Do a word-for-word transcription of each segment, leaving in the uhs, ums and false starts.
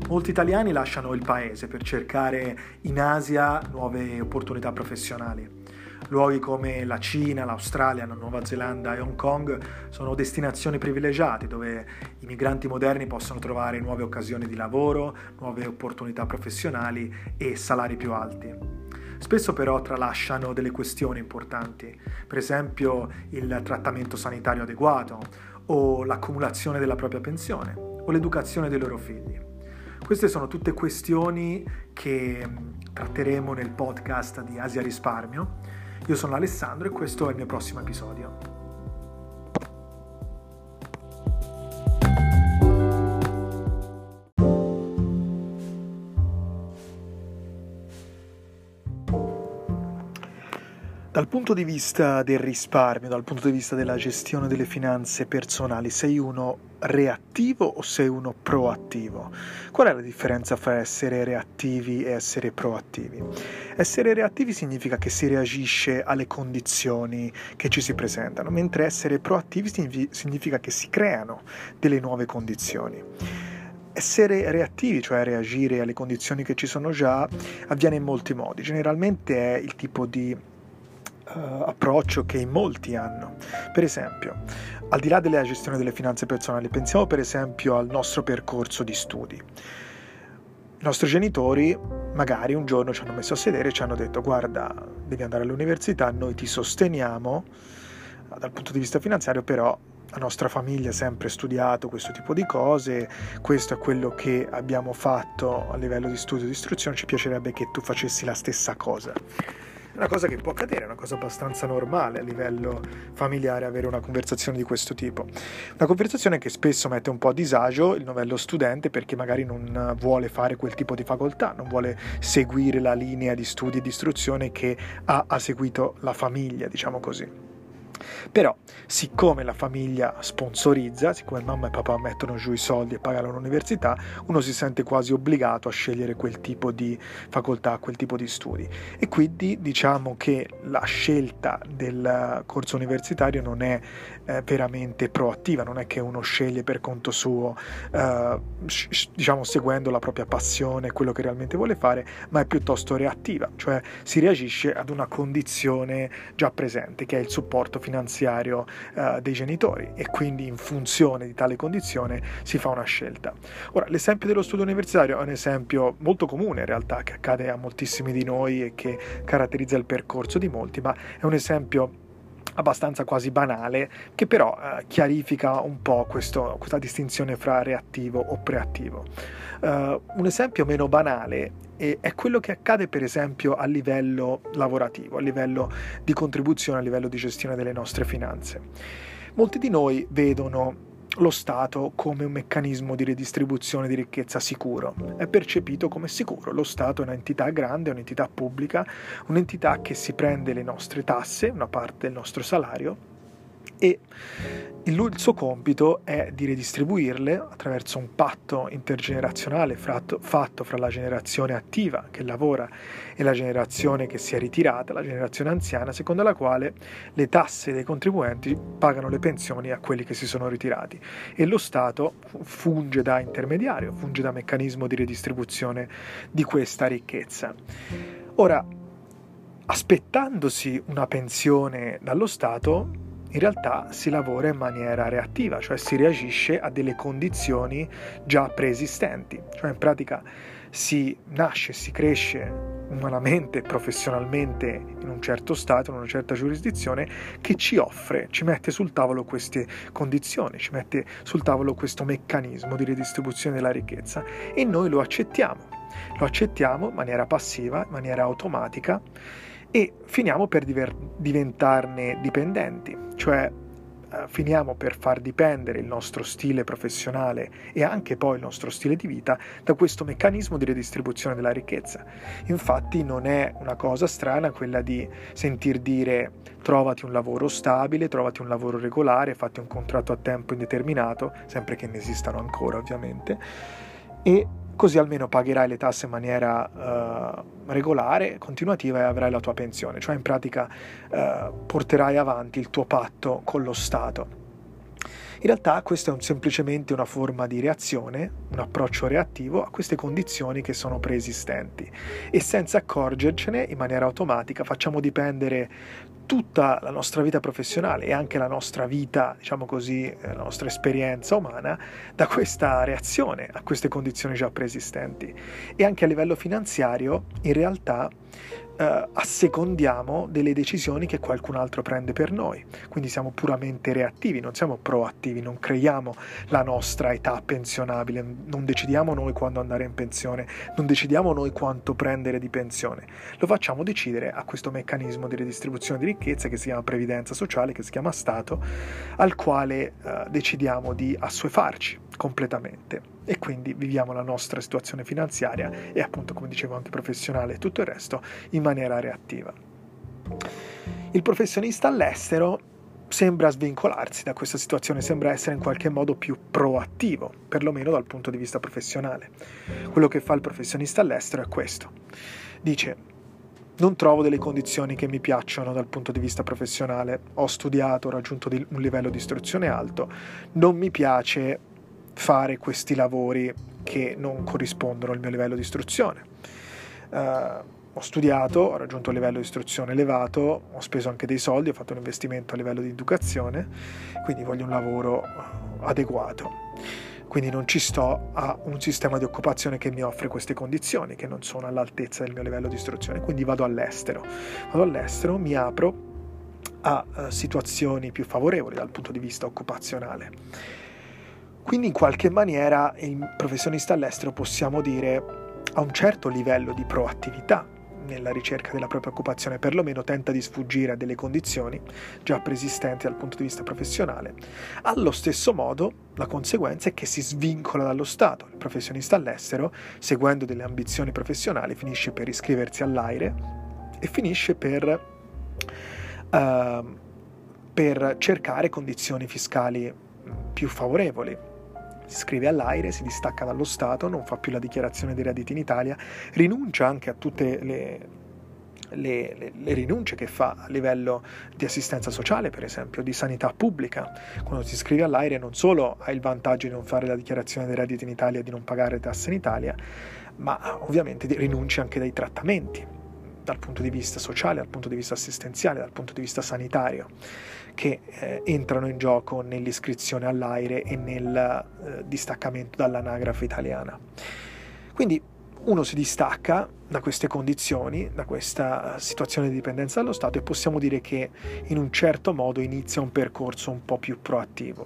Molti italiani lasciano il paese per cercare in Asia nuove opportunità professionali. Luoghi come la Cina, l'Australia, la Nuova Zelanda e Hong Kong sono destinazioni privilegiate dove i migranti moderni possono trovare nuove occasioni di lavoro, nuove opportunità professionali e salari più alti. Spesso però tralasciano delle questioni importanti, per esempio il trattamento sanitario adeguato o l'accumulazione della propria pensione o l'educazione dei loro figli. Queste sono tutte questioni che tratteremo nel podcast di Asia Risparmio. Io sono Alessandro e questo è il mio prossimo episodio. Dal punto di vista del risparmio, dal punto di vista della gestione delle finanze personali, sei uno reattivo o sei uno proattivo? Qual è la differenza fra essere reattivi e essere proattivi? Essere reattivi significa che si reagisce alle condizioni che ci si presentano, mentre essere proattivi significa che si creano delle nuove condizioni. Essere reattivi, cioè reagire alle condizioni che ci sono già, avviene in molti modi. Generalmente è il tipo di Uh, approccio che in molti hanno. Per esempio, al di là della gestione delle finanze personali, pensiamo per esempio al nostro percorso di studi. I nostri genitori magari un giorno ci hanno messo a sedere e ci hanno detto: guarda, devi andare all'università, noi ti sosteniamo dal punto di vista finanziario, però la nostra famiglia ha sempre studiato questo tipo di cose, questo è quello che abbiamo fatto a livello di studio e di istruzione, ci piacerebbe che tu facessi la stessa cosa. È una cosa che può accadere, è una cosa abbastanza normale a livello familiare avere una conversazione di questo tipo. Una conversazione che spesso mette un po' a disagio il novello studente perché magari non vuole fare quel tipo di facoltà, non vuole seguire la linea di studi e di istruzione che ha, ha seguito la famiglia, diciamo così. Però, siccome la famiglia sponsorizza, siccome mamma e papà mettono giù i soldi e pagano l'università, uno si sente quasi obbligato a scegliere quel tipo di facoltà, quel tipo di studi. E quindi diciamo che la scelta del corso universitario non è eh, veramente proattiva, non è che uno sceglie per conto suo, eh, diciamo seguendo la propria passione, quello che realmente vuole fare, ma è piuttosto reattiva, cioè si reagisce ad una condizione già presente, che è il supporto finanziario uh, dei genitori, e quindi in funzione di tale condizione si fa una scelta. Ora, l'esempio dello studio universitario è un esempio molto comune in realtà, che accade a moltissimi di noi e che caratterizza il percorso di molti, ma è un esempio abbastanza quasi banale, che però uh, chiarifica un po' questo, questa distinzione fra reattivo o preattivo. Uh, un esempio meno banale e è quello che accade per esempio a livello lavorativo, a livello di contribuzione, a livello di gestione delle nostre finanze. Molti di noi vedono lo Stato come un meccanismo di redistribuzione di ricchezza sicuro, è percepito come sicuro. Lo Stato è un'entità grande, un'entità pubblica, un'entità che si prende le nostre tasse, una parte del nostro salario, e il suo compito è di redistribuirle attraverso un patto intergenerazionale fatto, fatto fra la generazione attiva che lavora e la generazione che si è ritirata, la generazione anziana, secondo la quale le tasse dei contribuenti pagano le pensioni a quelli che si sono ritirati, e lo Stato funge da intermediario, funge da meccanismo di redistribuzione di questa ricchezza. Ora, aspettandosi una pensione dallo Stato, in realtà si lavora in maniera reattiva, cioè si reagisce a delle condizioni già preesistenti, cioè in pratica si nasce, si cresce umanamente, professionalmente in un certo stato, in una certa giurisdizione che ci offre, ci mette sul tavolo queste condizioni, ci mette sul tavolo questo meccanismo di redistribuzione della ricchezza e noi lo accettiamo, lo accettiamo in maniera passiva, in maniera automatica, e finiamo per diver- diventarne dipendenti, cioè eh, finiamo per far dipendere il nostro stile professionale e anche poi il nostro stile di vita da questo meccanismo di redistribuzione della ricchezza. Infatti non è una cosa strana quella di sentir dire: trovati un lavoro stabile, trovati un lavoro regolare, fatti un contratto a tempo indeterminato, sempre che ne esistano ancora ovviamente, e così almeno pagherai le tasse in maniera uh, regolare, continuativa, e avrai la tua pensione, cioè in pratica uh, porterai avanti il tuo patto con lo Stato. In realtà questo è un, semplicemente una forma di reazione, un approccio reattivo a queste condizioni che sono preesistenti, e senza accorgercene, in maniera automatica facciamo dipendere tutta la nostra vita professionale e anche la nostra vita, diciamo così, la nostra esperienza umana da questa reazione a queste condizioni già preesistenti. E anche a livello finanziario, in realtà, Uh, assecondiamo delle decisioni che qualcun altro prende per noi, quindi siamo puramente reattivi, non siamo proattivi, non creiamo la nostra età pensionabile, non decidiamo noi quando andare in pensione, non decidiamo noi quanto prendere di pensione, lo facciamo decidere a questo meccanismo di redistribuzione di ricchezza che si chiama previdenza sociale, che si chiama Stato, al quale uh, decidiamo di assuefarci completamente. E quindi viviamo la nostra situazione finanziaria e appunto, come dicevo, anche professionale e tutto il resto in maniera reattiva. Il professionista all'estero sembra svincolarsi da questa situazione, sembra essere in qualche modo più proattivo, perlomeno dal punto di vista professionale. Quello che fa il professionista all'estero è questo. Dice: non trovo delle condizioni che mi piacciono dal punto di vista professionale, ho studiato, ho raggiunto un livello di istruzione alto, non mi piace fare questi lavori che non corrispondono al mio livello di istruzione. Uh, ho studiato, ho raggiunto un livello di istruzione elevato, ho speso anche dei soldi, ho fatto un investimento a livello di educazione, quindi voglio un lavoro adeguato. Quindi non ci sto a un sistema di occupazione che mi offre queste condizioni, che non sono all'altezza del mio livello di istruzione, quindi vado all'estero. Vado all'estero, mi apro a uh, situazioni più favorevoli dal punto di vista occupazionale. Quindi in qualche maniera il professionista all'estero, possiamo dire, ha un certo livello di proattività nella ricerca della propria occupazione, perlomeno tenta di sfuggire a delle condizioni già preesistenti dal punto di vista professionale. Allo stesso modo, la conseguenza è che si svincola dallo Stato. Il professionista all'estero, seguendo delle ambizioni professionali, finisce per iscriversi all'AIRE e finisce per, uh, per cercare condizioni fiscali più favorevoli. Si iscrive all'AIRE, si distacca dallo Stato, non fa più la dichiarazione dei redditi in Italia, rinuncia anche a tutte le, le, le, le rinunce che fa a livello di assistenza sociale, per esempio, di sanità pubblica. Quando si iscrive all'AIRE non solo ha il vantaggio di non fare la dichiarazione dei redditi in Italia e di non pagare tasse in Italia, ma ovviamente rinuncia anche dai trattamenti, dal punto di vista sociale, dal punto di vista assistenziale, dal punto di vista sanitario, che eh, entrano in gioco nell'iscrizione all'AIRE e nel eh, distaccamento dall'anagrafe italiana. Quindi uno si distacca da queste condizioni, da questa situazione di dipendenza dallo Stato, e possiamo dire che in un certo modo inizia un percorso un po' più proattivo.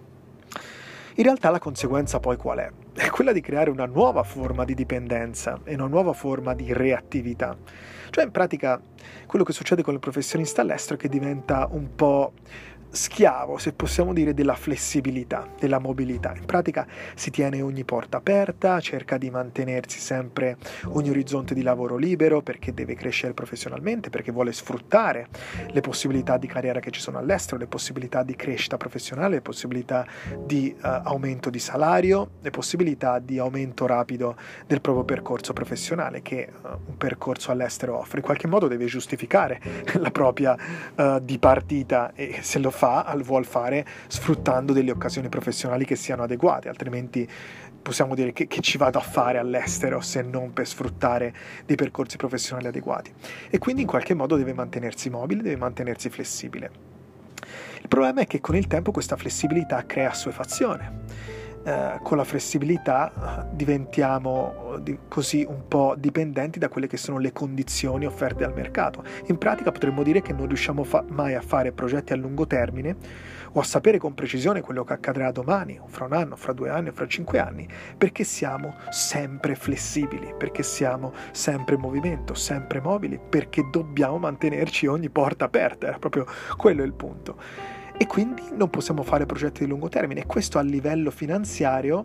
In realtà la conseguenza poi qual è? È quella di creare una nuova forma di dipendenza e una nuova forma di reattività. Cioè, in pratica, quello che succede con il professionista all'estero è che diventa un po' schiavo, se possiamo dire, della flessibilità, della mobilità. In pratica si tiene ogni porta aperta, cerca di mantenersi sempre ogni orizzonte di lavoro libero, perché deve crescere professionalmente, perché vuole sfruttare le possibilità di carriera che ci sono all'estero, le possibilità di crescita professionale, le possibilità di uh, aumento di salario, le possibilità di aumento rapido del proprio percorso professionale che uh, un percorso all'estero offre. In qualche modo deve giustificare la propria uh, dipartita, e se lo fa, vuol fare sfruttando delle occasioni professionali che siano adeguate, altrimenti possiamo dire che, che ci vado a fare all'estero se non per sfruttare dei percorsi professionali adeguati. E quindi in qualche modo deve mantenersi mobile, deve mantenersi flessibile. Il problema è che con il tempo questa flessibilità crea assuefazione. Eh, con la flessibilità diventiamo di, così un po' dipendenti da quelle che sono le condizioni offerte dal mercato. In pratica potremmo dire che non riusciamo fa- mai a fare progetti a lungo termine o a sapere con precisione quello che accadrà domani, o fra un anno, fra due anni, o fra cinque anni, perché siamo sempre flessibili, perché siamo sempre in movimento, sempre mobili, perché dobbiamo mantenerci ogni porta aperta. Era proprio quello il punto. E quindi non possiamo fare progetti di lungo termine, e questo a livello finanziario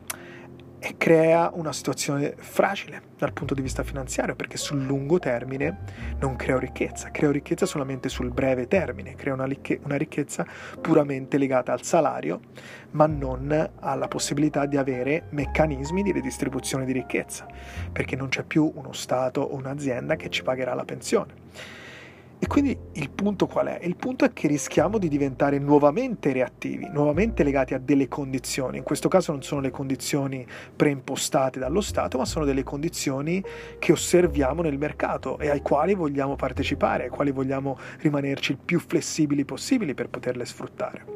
e crea una situazione fragile dal punto di vista finanziario, perché sul lungo termine non creo ricchezza, creo ricchezza solamente sul breve termine, creo una, ricche- una ricchezza puramente legata al salario, ma non alla possibilità di avere meccanismi di redistribuzione di ricchezza, perché non c'è più uno Stato o un'azienda che ci pagherà la pensione. E quindi il punto qual è? Il punto è che rischiamo di diventare nuovamente reattivi, nuovamente legati a delle condizioni. In questo caso non sono le condizioni preimpostate dallo Stato, ma sono delle condizioni che osserviamo nel mercato e ai quali vogliamo partecipare, ai quali vogliamo rimanerci il più flessibili possibili per poterle sfruttare.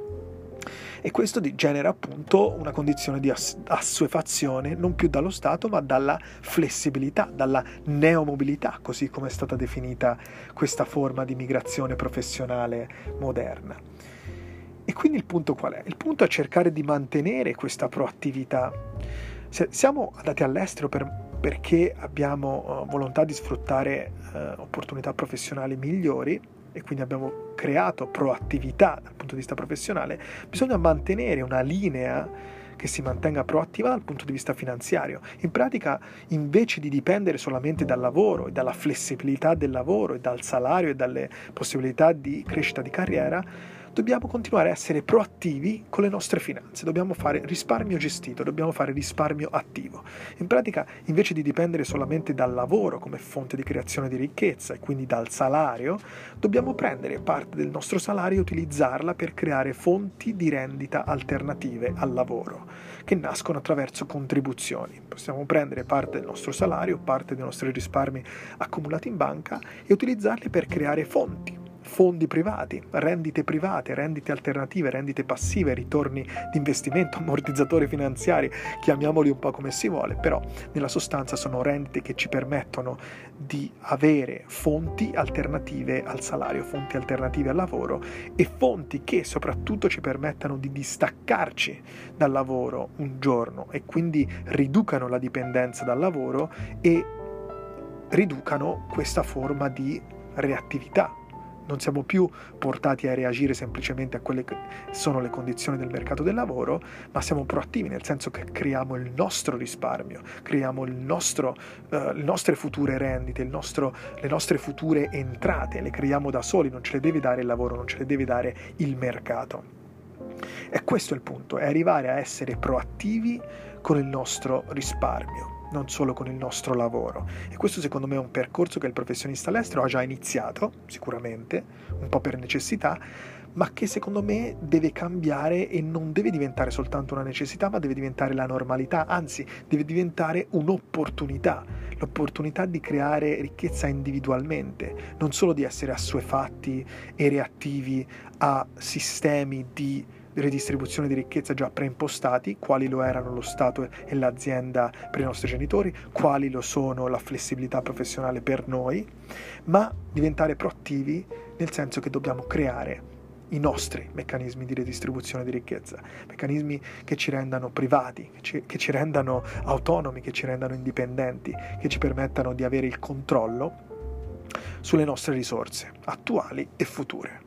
E questo genera appunto una condizione di ass- assuefazione non più dallo Stato ma dalla flessibilità, dalla neomobilità, così come è stata definita questa forma di migrazione professionale moderna. E quindi il punto qual è? Il punto è cercare di mantenere questa proattività. Se siamo andati all'estero per, perché abbiamo uh, volontà di sfruttare uh, opportunità professionali migliori, e quindi abbiamo creato proattività dal punto di vista professionale, bisogna mantenere una linea che si mantenga proattiva dal punto di vista finanziario. In pratica, invece di dipendere solamente dal lavoro e dalla flessibilità del lavoro e dal salario e dalle possibilità di crescita di carriera, dobbiamo continuare a essere proattivi con le nostre finanze, dobbiamo fare risparmio gestito, dobbiamo fare risparmio attivo. In pratica, invece di dipendere solamente dal lavoro come fonte di creazione di ricchezza e quindi dal salario, dobbiamo prendere parte del nostro salario e utilizzarla per creare fonti di rendita alternative al lavoro, che nascono attraverso contribuzioni. Possiamo prendere parte del nostro salario, parte dei nostri risparmi accumulati in banca e utilizzarli per creare fonti. Fondi privati, rendite private, rendite alternative, rendite passive, ritorni di investimento, ammortizzatori finanziari, chiamiamoli un po' come si vuole, però nella sostanza sono rendite che ci permettono di avere fonti alternative al salario, fonti alternative al lavoro e fonti che soprattutto ci permettano di distaccarci dal lavoro un giorno e quindi riducano la dipendenza dal lavoro e riducano questa forma di reattività. Non siamo più portati a reagire semplicemente a quelle che sono le condizioni del mercato del lavoro, ma siamo proattivi, nel senso che creiamo il nostro risparmio, creiamo il nostro, uh, le nostre future rendite, il nostro, le nostre future entrate, le creiamo da soli, non ce le deve dare il lavoro, non ce le deve dare il mercato. E questo è il punto, è arrivare a essere proattivi con il nostro risparmio, non solo con il nostro lavoro. E questo secondo me è un percorso che il professionista all'estero ha già iniziato, sicuramente, un po' per necessità, ma che secondo me deve cambiare e non deve diventare soltanto una necessità, ma deve diventare la normalità, anzi deve diventare un'opportunità, l'opportunità di creare ricchezza individualmente, non solo di essere assuefatti e reattivi a sistemi di redistribuzione di ricchezza già preimpostati, quali lo erano lo Stato e l'azienda per i nostri genitori, quali lo sono la flessibilità professionale per noi, ma diventare proattivi nel senso che dobbiamo creare i nostri meccanismi di redistribuzione di ricchezza, meccanismi che ci rendano privati, che ci, che ci rendano autonomi, che ci rendano indipendenti, che ci permettano di avere il controllo sulle nostre risorse attuali e future.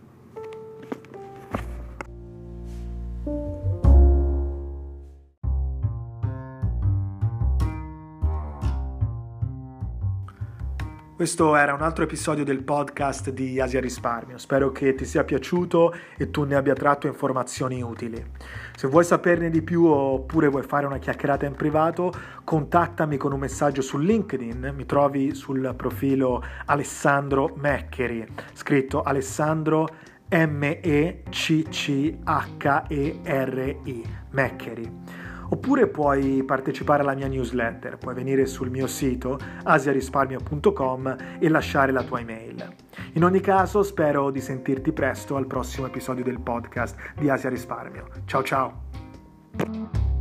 Questo era un altro episodio del podcast di Asia Risparmio. Spero che ti sia piaciuto e tu ne abbia tratto informazioni utili. Se vuoi saperne di più oppure vuoi fare una chiacchierata in privato, contattami con un messaggio su LinkedIn. Mi trovi sul profilo Alessandro Meccheri, scritto Alessandro M E C C H E R I, Meccheri. Oppure puoi partecipare alla mia newsletter, puoi venire sul mio sito asiarisparmio punto com e lasciare la tua email. In ogni caso spero di sentirti presto al prossimo episodio del podcast di Asia Risparmio. Ciao ciao!